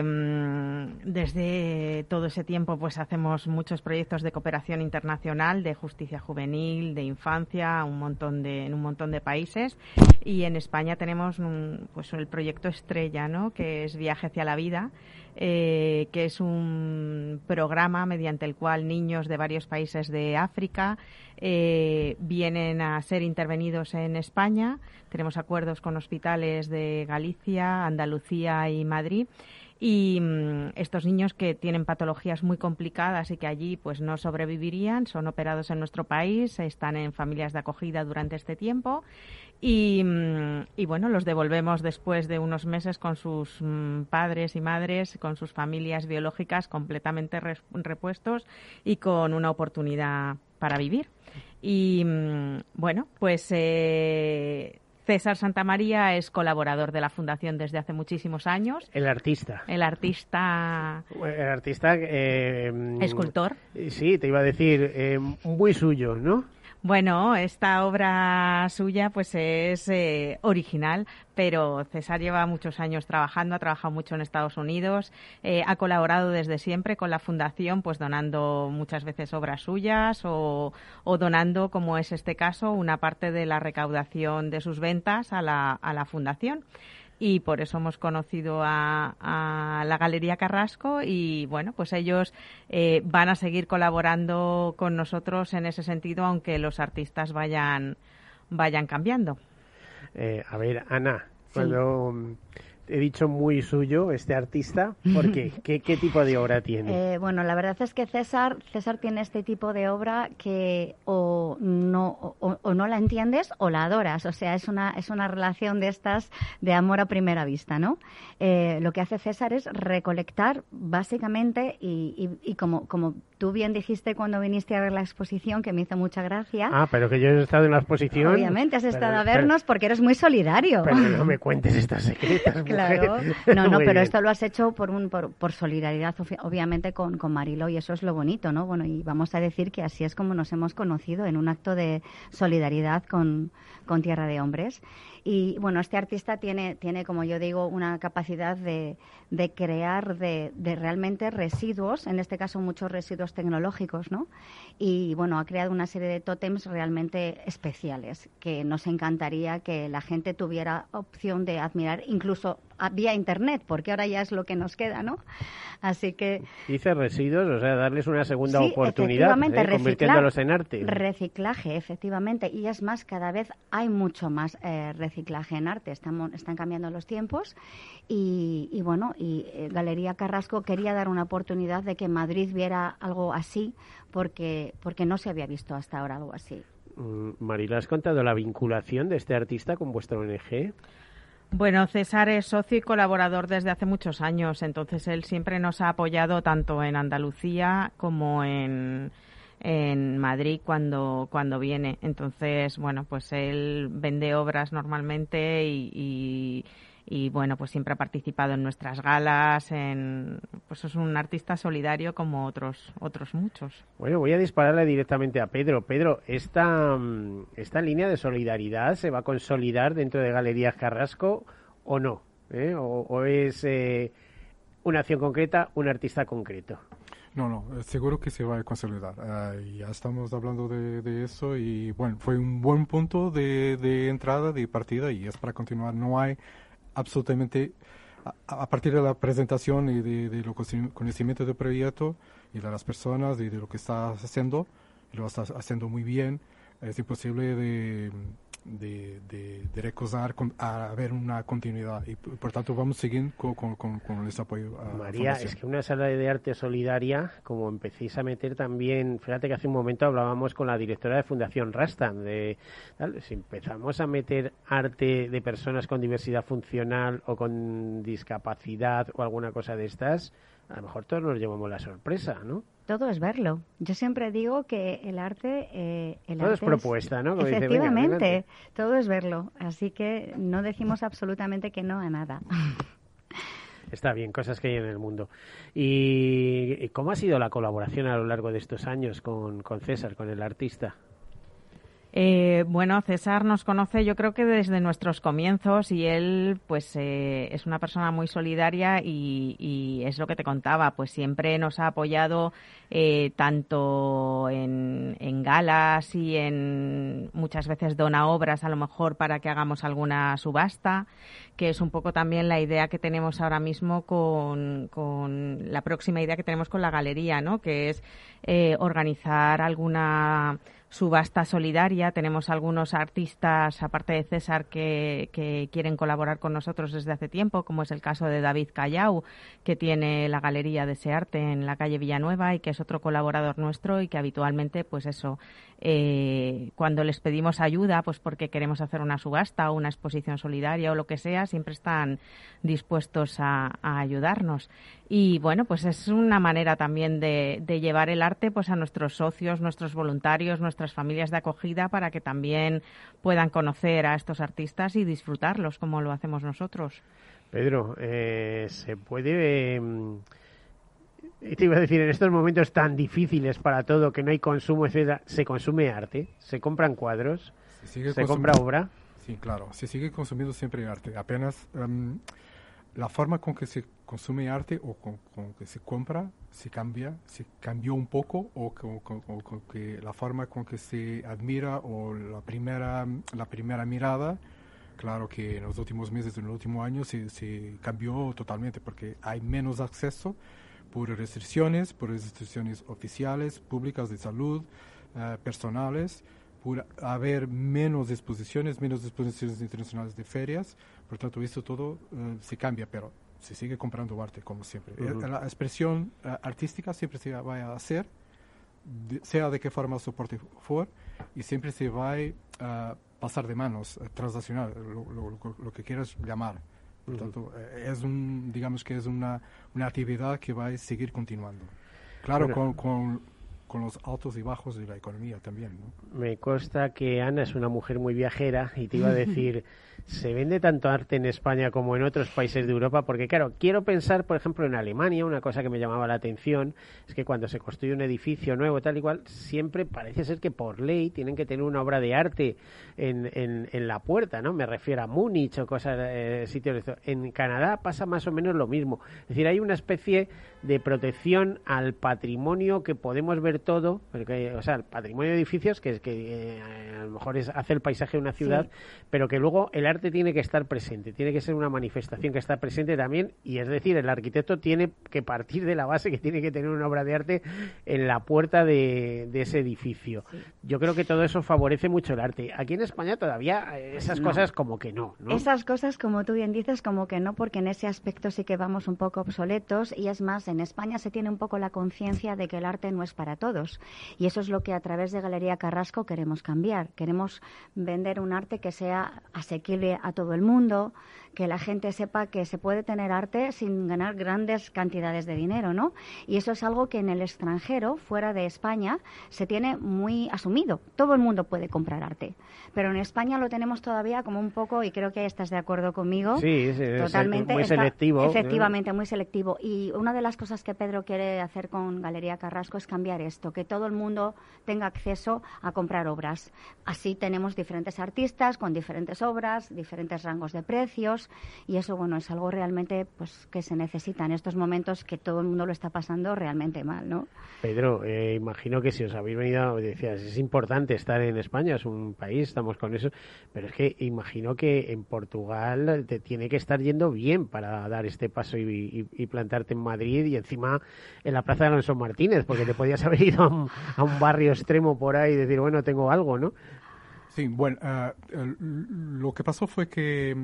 desde todo ese tiempo pues hacemos muchos proyectos de cooperación internacional, de justicia juvenil, de infancia, un montón de, en un montón de países. Y en España tenemos un, pues el proyecto estrella, ¿no?, que es Viaje hacia la Vida, eh, que es un programa mediante el cual niños de varios países de África eh, vienen a ser intervenidos en España. Tenemos acuerdos con hospitales de Galicia, Andalucía y Madrid. Y mmm, estos niños que tienen patologías muy complicadas y que allí pues no sobrevivirían, son operados en nuestro país, están en familias de acogida durante este tiempo y, mmm, y bueno, los devolvemos después de unos meses con sus mmm, padres y madres, con sus familias biológicas completamente res- repuestos y con una oportunidad para vivir. Y mmm, bueno, pues... Eh, César Santamaría es colaborador de la Fundación desde hace muchísimos años. El artista. El artista... El artista... Eh, escultor. Sí, te iba a decir, eh, muy suyo, ¿no? Bueno, esta obra suya pues es eh, original, pero César lleva muchos años trabajando, ha trabajado mucho en Estados Unidos, eh, ha colaborado desde siempre con la Fundación, pues donando muchas veces obras suyas o, o donando, como es este caso, una parte de la recaudación de sus ventas a la, a la Fundación. Y por eso hemos conocido a, a la Galería Carrasco y, bueno, pues ellos eh, van a seguir colaborando con nosotros en ese sentido, aunque los artistas vayan, vayan cambiando. Eh, a ver, Ana, cuando sí. he dicho muy suyo, este artista, ¿por qué? ¿Qué, qué tipo de obra tiene? Eh, bueno, la verdad es que César, César tiene este tipo de obra que o no, o, o no la entiendes o la adoras. O sea, es una, es una relación de estas de amor a primera vista, ¿no? Eh, lo que hace César es recolectar, básicamente, y, y, y como, como tú bien dijiste cuando viniste a ver la exposición, que me hizo mucha gracia. Ah, pero que yo he estado en la exposición. Obviamente has estado pero, a vernos pero, porque eres muy solidario. Pero no me cuentes estas secretas, claro. mujer. No, no, Muy pero bien. esto lo has hecho por un por, por solidaridad, obviamente, con, con Marilo, y eso es lo bonito, ¿no? Bueno, y vamos a decir que así es como nos hemos conocido, en un acto de solidaridad con, con Tierra de Hombres. Y, bueno, este artista tiene, tiene como yo digo, una capacidad de, de crear de, de realmente residuos, en este caso muchos residuos tecnológicos, ¿no? Y, bueno, ha creado una serie de tótems realmente especiales, que nos encantaría que la gente tuviera opción de admirar, incluso vía Internet, porque ahora ya es lo que nos queda, ¿no? Así que... Dice residuos, o sea, darles una segunda sí, oportunidad, efectivamente, ¿eh? Convirtiéndolos en arte. Reciclaje, efectivamente. Y es más, cada vez hay mucho más eh, reciclaje en arte. Estamos, están cambiando los tiempos y, y bueno, y eh, Galería Carrasco quería dar una oportunidad de que Madrid viera algo así, porque, porque no se había visto hasta ahora algo así. Mm, Marila, ¿has contado la vinculación de este artista con vuestra O N G? Bueno, César es socio y colaborador desde hace muchos años, entonces él siempre nos ha apoyado tanto en Andalucía como en, en Madrid cuando, cuando viene. Entonces, bueno, pues él vende obras normalmente y, y, y bueno, pues siempre ha participado en nuestras galas, en, pues es un artista solidario como otros, otros muchos. Bueno, voy a dispararle directamente a Pedro. Pedro, ¿esta, esta línea de solidaridad se va a consolidar dentro de Galerías Carrasco o no? ¿Eh? ¿O, o es eh, una acción concreta, un artista concreto? No, no, seguro que se va a consolidar. Uh, ya estamos hablando de, de eso y bueno, fue un buen punto de, de entrada, de partida y es para continuar. No hay absolutamente, a, a partir de la presentación y de, de lo conocimiento del proyecto y de las personas y de lo que estás haciendo, y lo estás haciendo muy bien, es imposible de, de, de, de recusar con, a ver una continuidad y por, por tanto vamos a seguir con, con, con, con ese apoyo a María, la es que una sala de arte solidaria, como empecéis a meter también, fíjate que hace un momento hablábamos con la directora de Fundación Rastan, de tal, si empezamos a meter arte de personas con diversidad funcional o con discapacidad o alguna cosa de estas, a lo mejor todos nos llevamos la sorpresa, ¿no? Todo es verlo. Yo siempre digo que el arte... Eh, el todo arte es propuesta, ¿no? Como efectivamente, dice, venga, todo es verlo. Así que no decimos absolutamente que no a nada. Está bien, cosas que hay en el mundo. ¿Y cómo ha sido la colaboración a lo largo de estos años con, con César, con el artista? Eh, bueno, César nos conoce yo creo que desde nuestros comienzos y él pues eh, es una persona muy solidaria y, y es lo que te contaba, pues siempre nos ha apoyado eh, tanto en, en galas y en muchas veces dona obras a lo mejor para que hagamos alguna subasta, que es un poco también la idea que tenemos ahora mismo con, con la próxima idea que tenemos con la galería, ¿no? Que es eh, organizar alguna subasta solidaria. Tenemos algunos artistas, aparte de César, que, que quieren colaborar con nosotros desde hace tiempo, como es el caso de David Callau, que tiene la Galería de ese arte en la calle Villanueva y que es otro colaborador nuestro y que habitualmente, pues eso, eh, cuando les pedimos ayuda, pues porque queremos hacer una subasta o una exposición solidaria o lo que sea, siempre están dispuestos a, a ayudarnos. Y bueno, pues es una manera también de, de llevar el arte pues a nuestros socios, nuestros voluntarios, nuestras familias de acogida, para que también puedan conocer a estos artistas y disfrutarlos como lo hacemos nosotros. Pedro, eh, ¿se puede eh, Y te iba a decir, en estos momentos tan difíciles para todo, que no hay consumo, etcétera, ¿se consume arte? ¿Se compran cuadros? ¿Se, ¿Se compra obra? Sí, claro. Se sigue consumiendo siempre arte. Apenas um, la forma con que se consume arte o con, con que se compra se cambia, se cambió un poco, o con, con, con, con que la forma con que se admira o la primera, la primera mirada, claro que en los últimos meses, en el último año, se, se cambió totalmente porque hay menos acceso por restricciones, por restricciones oficiales, públicas de salud, uh, personales, por haber menos exposiciones, menos exposiciones internacionales de ferias. Por tanto, esto todo uh, se cambia, pero se sigue comprando arte, como siempre. Uh-huh. La expresión uh, artística siempre se va a hacer, de, sea de qué forma el soporte for, y siempre se va a uh, pasar de manos, uh, transnacional, lo, lo, lo, lo que quieras llamar. Por uh-huh. tanto, uh, es un, digamos que es una, una actividad que va a seguir continuando. Claro, bueno. con... con con los altos y bajos de la economía también, ¿no? Me consta que Ana es una mujer muy viajera y te iba a decir, ¿se vende tanto arte en España como en otros países de Europa? Porque claro, quiero pensar, por ejemplo, en Alemania, una cosa que me llamaba la atención es que cuando se construye un edificio nuevo, tal y cual, siempre parece ser que por ley tienen que tener una obra de arte en, en, en la puerta, ¿no? Me refiero a Múnich o cosas, eh, sitios de esto. En Canadá pasa más o menos lo mismo. Es decir, hay una especie de protección al patrimonio que podemos ver todo, porque, o sea, el patrimonio de edificios que es que eh, a lo mejor es, hace el paisaje de una ciudad, sí. pero que luego el arte tiene que estar presente, tiene que ser una manifestación que está presente también, y es decir, el arquitecto tiene que partir de la base que tiene que tener una obra de arte en la puerta de, de ese edificio. Sí. Yo creo que todo eso favorece mucho el arte. Aquí en España todavía esas no. cosas como que no, ¿no? Esas cosas, como tú bien dices, como que no, porque en ese aspecto sí que vamos un poco obsoletos, y es más, en España se tiene un poco la conciencia de que el arte no es para todos, y eso es lo que a través de Galería Carrasco queremos cambiar. Queremos vender un arte que sea asequible a todo el mundo, que la gente sepa que se puede tener arte sin ganar grandes cantidades de dinero, ¿no? Y eso es algo que en el extranjero, fuera de España, se tiene muy asumido. Todo el mundo puede comprar arte, pero en España lo tenemos todavía como un poco, y creo que estás de acuerdo conmigo, sí, sí, totalmente, muy está, selectivo. Efectivamente, muy selectivo. Y una de las cosas que Pedro quiere hacer con Galería Carrasco es cambiar esto, que todo el mundo tenga acceso a comprar obras. Así tenemos diferentes artistas con diferentes obras, diferentes rangos de precios, y eso, bueno, es algo realmente pues que se necesita en estos momentos que todo el mundo lo está pasando realmente mal, ¿no? Pedro, eh, imagino que si os habéis venido, decías, es importante estar en España, es un país, estamos con eso, pero es que imagino que en Portugal te tiene que estar yendo bien para dar este paso y, y, y plantarte en Madrid y encima en la Plaza de Alonso Martínez, porque te podías haber ido a un, a un barrio extremo por ahí y decir, bueno, tengo algo, ¿no? Sí, bueno, uh, lo que pasó fue que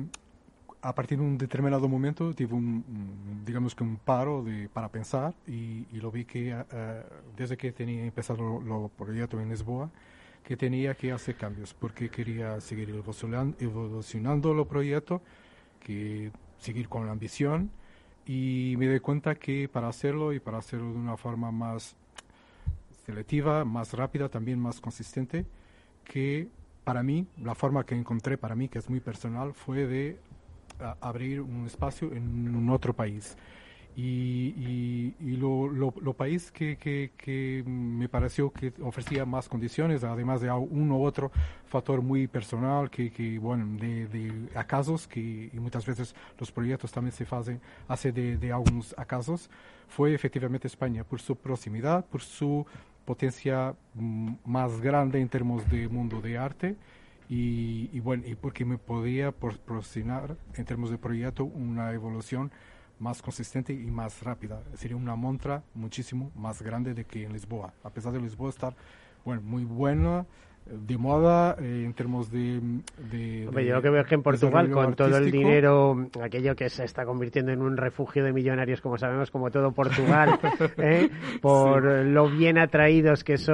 a partir de un determinado momento tuve un, digamos que un paro de, para pensar, y, y lo vi que uh, desde que tenía empezado lo proyecto en Lisboa, que tenía que hacer cambios, porque quería seguir evolucionando, evolucionando el proyecto, que seguir con la ambición, y me di cuenta que para hacerlo y para hacerlo de una forma más selectiva, más rápida, también más consistente, que para mí, la forma que encontré para mí, que es muy personal, fue de a, abrir un espacio en un otro país. Y, y, y lo, lo, lo país que, que, que me pareció que ofrecía más condiciones, además de uno u otro factor muy personal, que, que bueno, de, de acasos, que y muchas veces los proyectos también se hacen hace de, de algunos acasos, fue efectivamente España, por su proximidad, por su potencia m- más grande en términos de mundo de arte, y, y bueno, y porque me podía proporcionar en términos de proyecto una evolución más consistente y más rápida. Sería una montra muchísimo más grande de que en Lisboa, a pesar de Lisboa estar, bueno, muy buena, de moda, eh, en términos de... de, Hombre, de yo lo que veo es que en Portugal, con artístico, todo el dinero, aquello que se está convirtiendo en un refugio de millonarios, como sabemos, como todo Portugal, ¿eh? por sí. lo bien atraídos que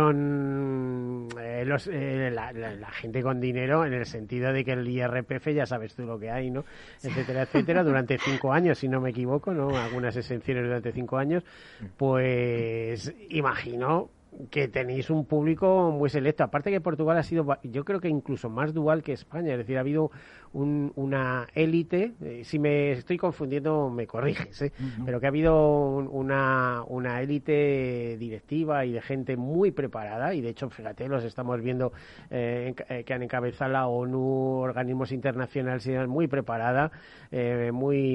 son eh, los, eh, la, la, la gente con dinero, en el sentido de que el I R P F, ya sabes tú lo que hay, ¿no? Etcétera, etcétera, durante cinco años, si no me equivoco, ¿no? Algunas exenciones durante cinco años, pues imagino que tenéis un público muy selecto. Aparte que Portugal ha sido, yo creo que incluso más dual que España, es decir, ha habido un, una élite, eh, si me estoy confundiendo me corriges, ¿eh? Uh-huh. Pero que ha habido un, una, una élite directiva y de gente muy preparada, y de hecho, fíjate, los estamos viendo eh, en, que han encabezado la ONU, organismos internacionales, muy preparada, eh,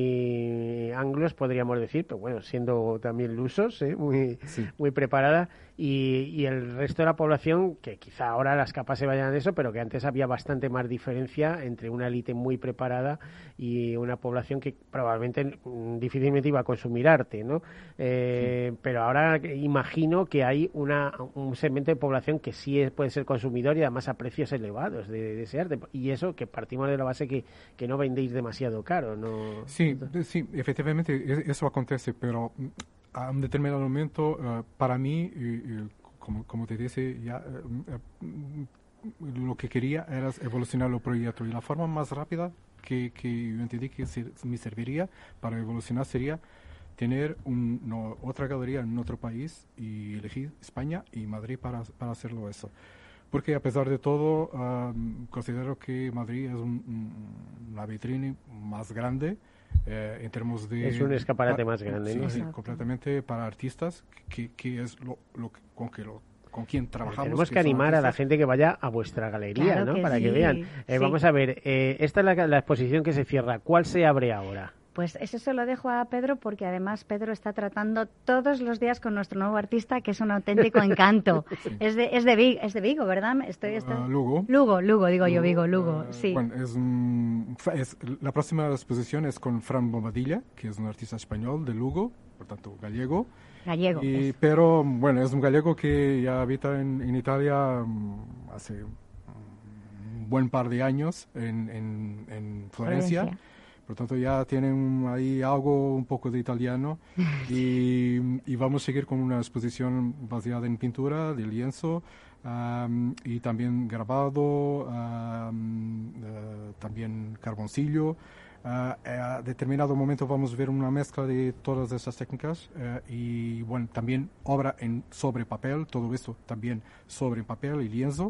muy anglos podríamos decir, pero bueno, siendo también lusos, ¿eh? muy, sí. muy preparada. Y, y el resto de la población, que quizá ahora las capas se vayan a eso, pero que antes había bastante más diferencia entre una élite muy preparada y una población que probablemente mm, difícilmente iba a consumir arte, ¿no? Eh, sí. Pero ahora imagino que hay una, un segmento de población que sí es, puede ser consumidor y además a precios elevados de, de ese arte. Y eso que partimos de la base que, que no vendéis demasiado caro, ¿no? Sí, sí, efectivamente eso acontece, pero a un determinado momento, uh, para mí, y, y, como, como te dice, ya uh, uh, lo que quería era evolucionar el proyecto. Y la forma más rápida que, que yo entendí que se, me serviría para evolucionar sería tener un, no, otra galería en otro país y elegir España y Madrid para, para hacerlo eso. Porque a pesar de todo, um, considero que Madrid es un, un, una vitrina más grande. Eh, en términos de... Es un escaparate pa, más grande, sí, ¿no? Sí, completamente para artistas, que, que es lo, lo que, con, que lo, con quien trabajamos. Tenemos que, que animar a la gente que vaya a vuestra galería, claro ¿no? Que para sí, que vean. Eh, sí. Vamos a ver, eh, esta es la, la exposición que se cierra. ¿Cuál se abre ahora? Pues eso se lo dejo a Pedro porque además Pedro está tratando todos los días con nuestro nuevo artista, que es un auténtico encanto. Sí. Es de es de Vigo, es de Vigo, ¿verdad? Estoy, estoy... Uh, Lugo. Lugo, Lugo, digo Lugo, yo, Vigo, Lugo, uh, sí. Bueno, es, um, es, la próxima exposición es con Fran Bobadilla, que es un artista español de Lugo, por tanto gallego. Gallego. Y, pero, bueno, es un gallego que ya habita en, en Italia um, hace un buen par de años, en, en, en Florencia. Florencia. Por tanto, ya tienen ahí algo un poco de italiano y, y vamos a seguir con una exposición basada en pintura, de lienzo um, y también grabado, um, uh, también carboncillo. Uh, a determinado momento vamos a ver una mezcla de todas esas técnicas uh, y bueno, también obra en sobre papel, todo esto también sobre papel y lienzo.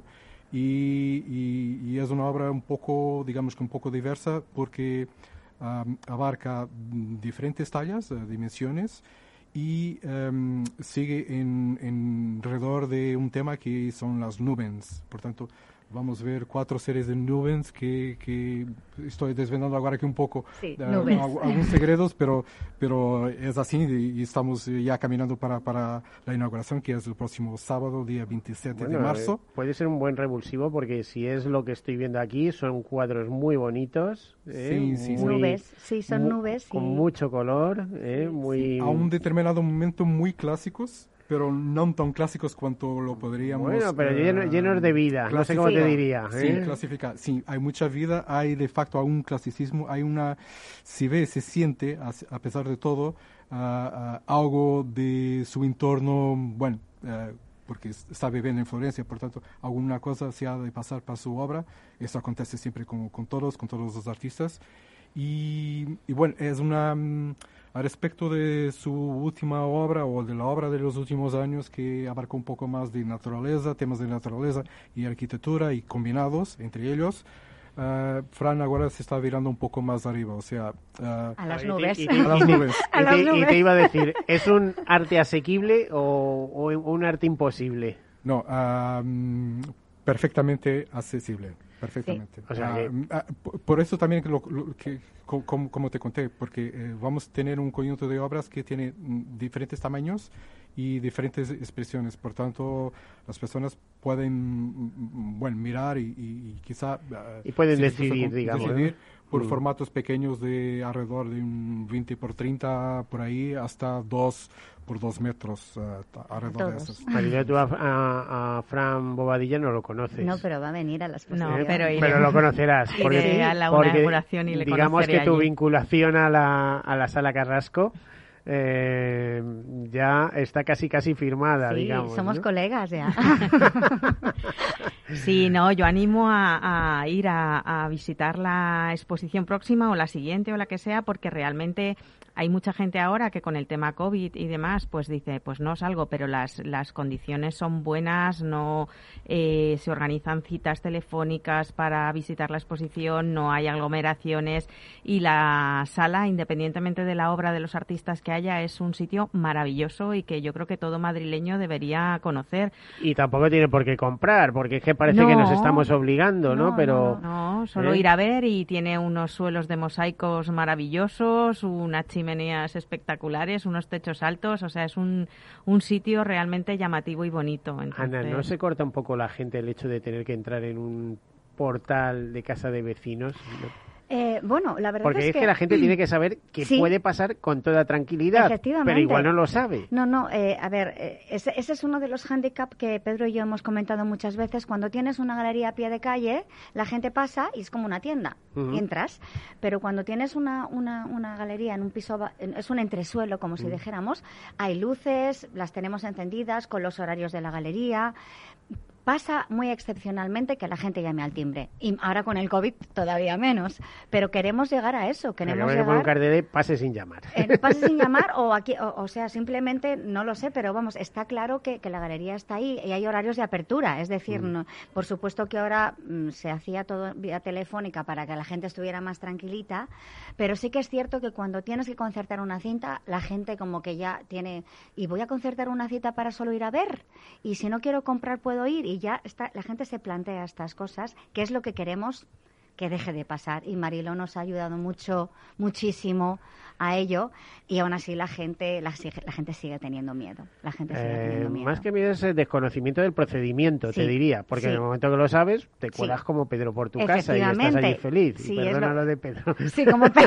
Y, y, y es una obra un poco, digamos que un poco diversa porque Um, abarca diferentes tallas, uh, dimensiones y um, sigue en, en alrededor de un tema que son las nubes. Por tanto, vamos a ver cuatro series de nubes que, que estoy desvelando ahora aquí un poco sí, uh, algunos secretos, pero, pero es así y estamos ya caminando para, para la inauguración, que es el próximo sábado, día veintisiete bueno, de marzo. Eh, puede ser un buen revulsivo porque si es lo que estoy viendo aquí, son cuadros muy bonitos. Eh, sí, sí, muy, nubes, sí, son muy, nubes. Con sí. mucho color, eh, muy... Sí, a un determinado momento muy clásicos, pero no tan clásicos cuanto lo podríamos... Bueno, pero uh, llenos, llenos de vida, no sé cómo te diría. Sí, ¿eh? clasifica, sí, hay mucha vida, hay de facto un clasicismo, hay una... Se ve, se siente, a, a pesar de todo, uh, uh, algo de su entorno, bueno, uh, porque está viviendo en Florencia, por tanto, alguna cosa se ha de pasar para su obra. Eso acontece siempre con, con todos, con todos los artistas. Y, y bueno, es una... Um, a respecto de su última obra o de la obra de los últimos años, que abarca un poco más de naturaleza, temas de naturaleza y arquitectura y combinados entre ellos, uh, Fran ahora se está virando un poco más arriba, o sea... Uh, a las nubes. Y te, y te, a las nubes. Y te, y te, y te iba a decir, ¿es un arte asequible o, o un arte imposible? No, um, perfectamente accesible. Perfectamente. Sí. O sea, que... uh, por eso también, lo, lo, que, como, como te conté, porque eh, vamos a tener un conjunto de obras que tiene mm, diferentes tamaños y diferentes expresiones. Por tanto, las personas pueden mm, bueno, mirar y, y, y quizá... Uh, y pueden decidir, digamos. Decidir ¿eh? por mm. formatos pequeños de alrededor de un veinte por treinta, por ahí, hasta dos por dos metros uh, alrededor Todos. de esos. Marina, tú a, a, a Fran Bobadilla no lo conoces. No, pero va a venir a las exposición. No, pero, pero lo conocerás. Porque, iré a la inauguración y le digamos que tu allí. vinculación a la, a la Sala Carrasco eh, ya está casi casi firmada, sí, digamos. Somos ¿no? colegas ya. Sí, no, yo animo a, a ir a, a visitar la exposición próxima o la siguiente o la que sea, porque realmente hay mucha gente ahora que con el tema COVID y demás, pues dice, pues no salgo, pero las, las condiciones son buenas, no eh, se organizan citas telefónicas para visitar la exposición, no hay aglomeraciones y la sala, independientemente de la obra de los artistas que haya, es un sitio maravilloso y que yo creo que todo madrileño debería conocer. Y tampoco tiene por qué comprar, porque es que parece no, que nos estamos obligando, ¿no? No, pero no, no solo ¿eh? ir a ver, y tiene unos suelos de mosaicos maravillosos, una chimenea chimeneas espectaculares, unos techos altos, o sea, es un, un sitio realmente llamativo y bonito. Entonces... Ana, ¿no se corta un poco la gente el hecho de tener que entrar en un portal de casa de vecinos? Eh, bueno, la verdad Porque es, es que... que la gente tiene que saber que sí, puede pasar con toda tranquilidad, pero igual no lo sabe. No, no, eh, a ver, eh, ese, ese es uno de los hándicaps que Pedro y yo hemos comentado muchas veces. Cuando tienes una galería a pie de calle, la gente pasa y es como una tienda, uh-huh. y entras. Pero cuando tienes una, una, una galería en un piso, es un entresuelo, como si uh-huh. dijéramos, hay luces, las tenemos encendidas con los horarios de la galería. Pasa muy excepcionalmente que la gente llame al timbre. Y ahora con el COVID todavía menos. Pero queremos llegar a eso. Queremos llegar... llegar... un cartel de pase sin llamar. Eh, pase sin llamar o aquí, o, o sea, simplemente, no lo sé, pero vamos, está claro que, que la galería está ahí y hay horarios de apertura. Es decir, mm. no, por supuesto que ahora mm, se hacía todo vía telefónica para que la gente estuviera más tranquilita, pero sí que es cierto que cuando tienes que concertar una cita, la gente como que ya tiene... Y voy a concertar una cita para solo ir a ver. Y si no quiero comprar, puedo ir. Y ya está, la gente se plantea estas cosas, que es lo que queremos que deje de pasar. Y Mariló nos ha ayudado mucho, muchísimo a ello, y aún así la gente la, la gente sigue teniendo miedo. La gente sigue eh, teniendo miedo. Más que miedo es el desconocimiento del procedimiento, sí, te diría, porque sí. en el momento que lo sabes, te cuelas sí. como Pedro por tu casa y estás allí feliz. Sí, y perdona lo... lo de Pedro. Sí, como Pedro.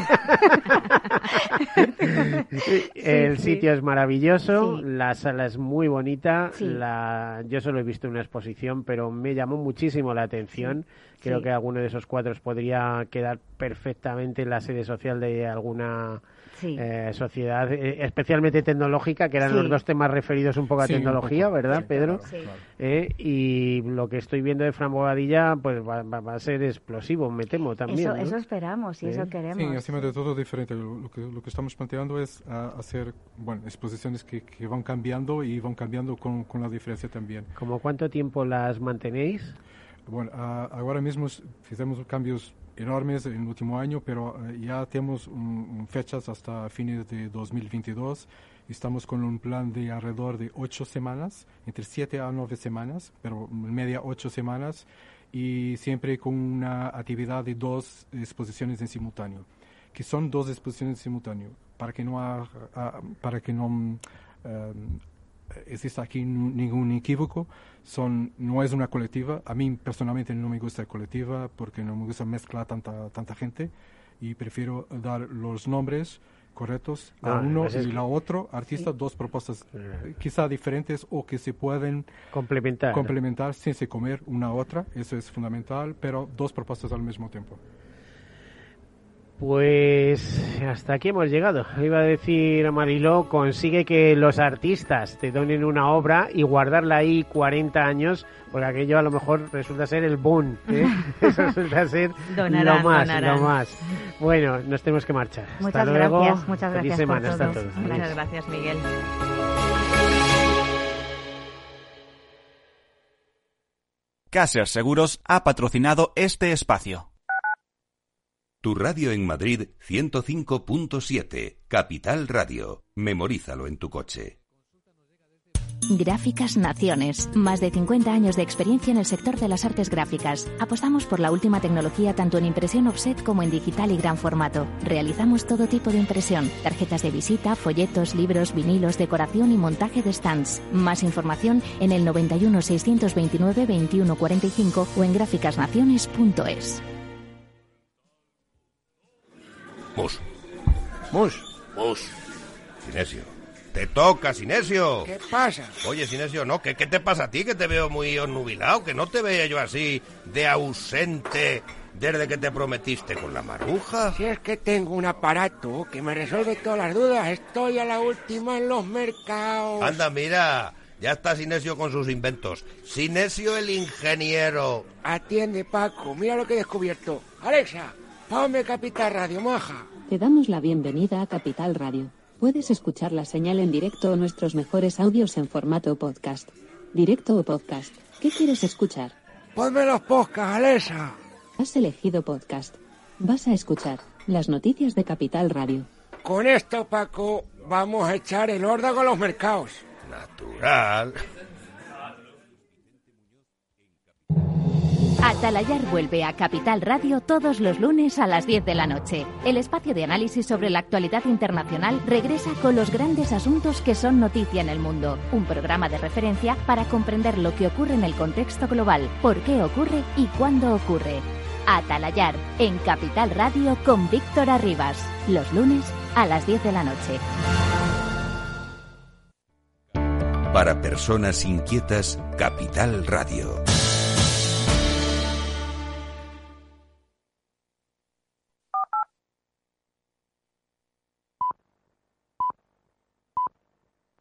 El sí, sitio sí. es maravilloso, sí. la sala es muy bonita, sí. la... yo solo he visto una exposición, pero me llamó muchísimo la atención. Sí. Creo sí. que alguno de esos cuadros podría quedar perfectamente en la sede social de alguna sí. eh, sociedad, eh, especialmente tecnológica, que eran sí. los dos temas referidos un poco a sí, tecnología, ¿verdad, sí, Pedro? Sí. Eh, y lo que estoy viendo de Fran Bobadilla, pues va, va, va a ser explosivo, me temo también. Eso, ¿no? eso esperamos y ¿Eh? eso queremos. Sí, encima de todo diferente. Lo, lo, que, lo que estamos planteando es uh, hacer bueno, exposiciones que, que van cambiando y van cambiando con, con la diferencia también. ¿Cómo cuánto tiempo las mantenéis? Bueno, uh, ahora mismo hicimos cambios enormes en el último año, pero uh, ya tenemos um, fechas hasta fines de dos mil veintidós. Estamos con un plan de alrededor de ocho semanas, entre siete a nueve semanas, pero en media ocho semanas, y siempre con una actividad de dos exposiciones en simultáneo, que son dos exposiciones en simultáneo, para que no, ha, uh, para que no um, exista aquí ningún equívoco. Son, no es una colectiva. A mí personalmente no me gusta colectiva porque no me gusta mezclar tanta tanta gente y prefiero dar los nombres correctos a ah, uno pues y la otro artista, sí. dos propuestas eh. quizá diferentes o que se pueden complementar, complementar sin se comer una a otra. Eso es fundamental, pero dos propuestas al mismo tiempo. Pues hasta aquí hemos llegado. Iba a decir a Mariló, consigue que los artistas te donen una obra y guardarla ahí cuarenta años, porque aquello a lo mejor resulta ser el boom, ¿eh? Eso resulta ser donarán, lo más, donarán. lo más. Bueno, nos tenemos que marchar. Muchas hasta gracias, luego. muchas Feliz gracias semana, por todo. hasta todos. Muchas gracias, Miguel. Caser Seguros ha patrocinado este espacio. Tu radio en Madrid ciento cinco punto siete, Capital Radio. Memorízalo en tu coche. Gráficas Naciones. Más de cincuenta años de experiencia en el sector de las artes gráficas. Apostamos por la última tecnología tanto en impresión offset como en digital y gran formato. Realizamos todo tipo de impresión. Tarjetas de visita, folletos, libros, vinilos, decoración y montaje de stands. Más información en el noventa y uno, seiscientos veintinueve, veintiuno cuarenta y cinco o en gráficas naciones punto es. Mus. Mus. Mus. Sinesio. Te toca, Sinesio. ¿Qué pasa? Oye, Sinesio, no, ¿qué, ¿qué te pasa a ti? Que te veo muy onnubilado, que no te veía yo así de ausente, desde que te prometiste con la Maruja. Si es que tengo un aparato que me resuelve todas las dudas. Estoy a la última en los mercados. Anda, mira, ya está Sinesio con sus inventos. Sinesio el ingeniero. Atiende, Paco, mira lo que he descubierto. Alexa, ponme Capital Radio, maja. Te damos la bienvenida a Capital Radio. Puedes escuchar la señal en directo o nuestros mejores audios en formato podcast. Directo o podcast. ¿Qué quieres escuchar? Ponme los podcasts, Alexa. Has elegido podcast. Vas a escuchar las noticias de Capital Radio. Con esto, Paco, vamos a echar el órdago a los mercados. Natural. Atalayar vuelve a Capital Radio todos los lunes a las diez de la noche. El espacio de análisis sobre la actualidad internacional regresa con los grandes asuntos que son noticia en el mundo. Un programa de referencia para comprender lo que ocurre en el contexto global, por qué ocurre y cuándo ocurre. Atalayar, en Capital Radio con Víctor Arribas. Los lunes a las diez de la noche. Para personas inquietas, Capital Radio.